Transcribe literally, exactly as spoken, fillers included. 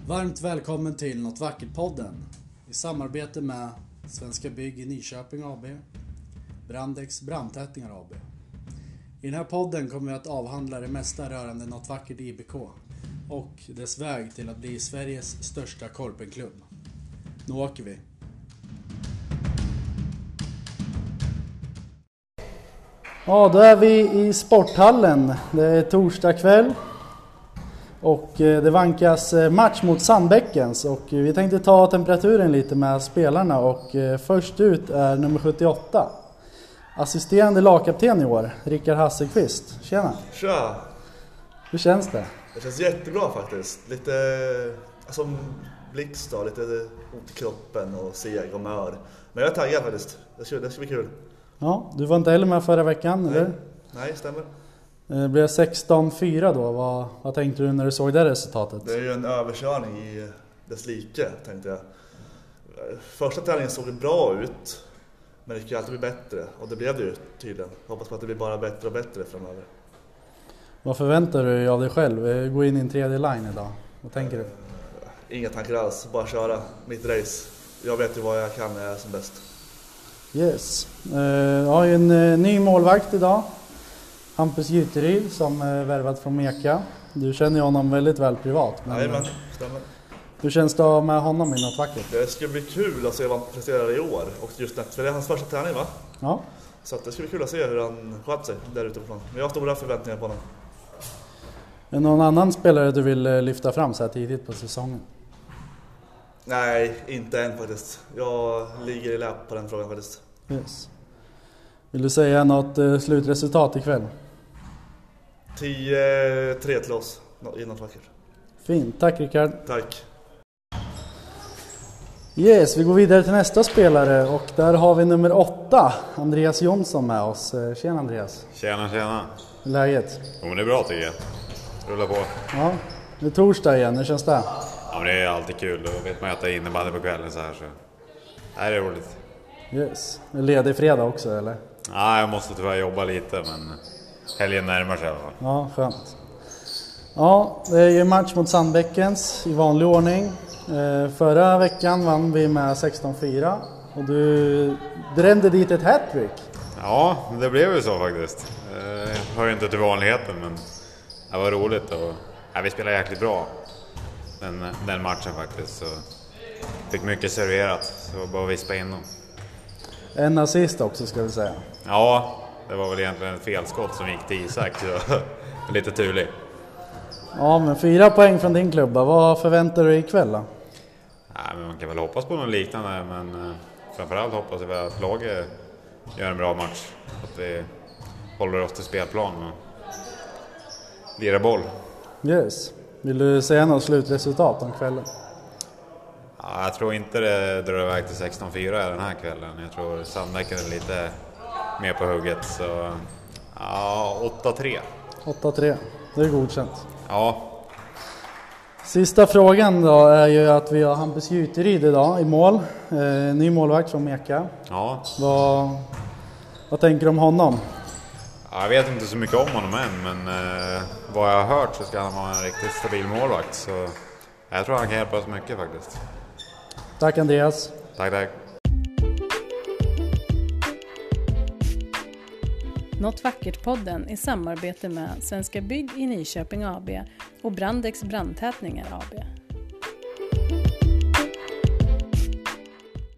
Varmt välkommen till Något Vackert-podden i samarbete med Svenska Bygg i Nyköping A B, Brandex Brandtätningar A B. I den här podden kommer vi att avhandla det mesta rörande Något Vackert I B K och dess väg till att bli Sveriges största korpenklubb. Nu åker vi! Ja, då är vi i sporthallen. Det är torsdag kväll. Och det vankas match mot Sandbäckens och vi tänkte ta temperaturen lite med spelarna och först ut är nummer sjuttioåtta. Assisterande lagkapten i år, Rickard Hasselqvist. Tjena! Tja! Hur känns det? Det känns jättebra faktiskt. Lite som blixt då, lite ont i kroppen och seg och mör. Men jag är taggad faktiskt. Det ska, det ska bli kul. Ja, du var inte heller med förra veckan, Nej. eller? Nej, stämmer. Det blev sexton fyra då. Vad, vad tänkte du när du såg det resultatet? Det är ju en överkörning i dess like, tänkte jag. Första träningen såg det bra ut, men det kan alltid bli bättre. Och det blev det ju tydligen. Hoppas på att det blir bara bättre och bättre framöver. Vad förväntar du dig av dig själv? Gå in i en tredje line idag. Vad tänker du? Inga tankar alls, bara köra mitt race. Jag vet ju vad jag kan när jag är som bäst. Yes. Uh, jag har ju en uh, ny målvakt idag. Hampus Gyteryd som är värvat från Meka. Du känner ju honom väldigt väl privat. Men, Jajamän, stämmer. Hur känns det med honom i Något Vackert? Det ska bli kul att se vad han presterar i år. Och just det, för det är hans första träning, va? Ja. Så att det ska bli kul att se hur han sköter sig där ute på plan. Men jag har stora förväntningar på honom. Är det någon annan spelare du vill lyfta fram så här tidigt på säsongen? Nej, inte än faktiskt. Jag ligger i läpp på den frågan faktiskt. Yes. Vill du säga något eh, slutresultat ikväll? tio tre till oss i Något Vackert. Fint, tack Rickard. Tack. Yes, vi går vidare till nästa spelare och där har vi nummer åtta, Andreas Jonsson med oss. Tjena Andreas. Tjena, tjena. Hur är läget? Jo, men det är bra tycker jag. Rulla på. Ja, det är torsdag igen, hur känns det? Ja, men det är alltid kul. Då vet man att det är innebandy på kvällen så här så. Det är roligt. Yes. Är ledig fredag också eller? Ja, jag måste tyvärr jobba lite men helgen närmar sig i alla fall. Ja, skönt. Ja, det är ju match mot Sandbäckens i vanlig ordning. Eh, förra veckan vann vi med sexton fyra och du drämde dit ett hattrick. Ja, det blev ju så faktiskt. Det hör ju inte till vanligheten men det var roligt och ja, vi spelade jäkligt bra den, den matchen faktiskt. Så fick mycket serverat så bara vispa in dem. En assist också ska vi säga. Ja, det var väl egentligen ett felskott som gick till Isak så lite turlig. Ja, men fyra poäng från din klubba. Vad förväntar du dig ikväll då? Ja, men man kan väl hoppas på något liknande, men eh, framförallt hoppas jag att laget gör en bra match. Att vi håller oss till spelplan och lirar boll. Yes. Vill du säga något slutresultat om kvällen? Ja, jag tror inte det drar iväg till sexton fyra den här kvällen. Jag tror Sandbäcken är lite mer på hugget. Så ja, åtta tre. åtta tre. Det är godkänt. Ja. Sista frågan då är ju att vi har Hampus Gyteryd idag i mål. Eh, ny målvakt från Meka. Ja. Vad, vad tänker du om honom? Ja, jag vet inte så mycket om honom än, men eh, vad jag har hört så ska han vara en riktigt stabil målvakt. Så jag tror han kan hjälpa oss mycket faktiskt. Tack Andreas. Tack, tack. Något Vackert-podden i samarbete med Svenska Bygg i Nyköping A B och Brandex Brandtätningar A B.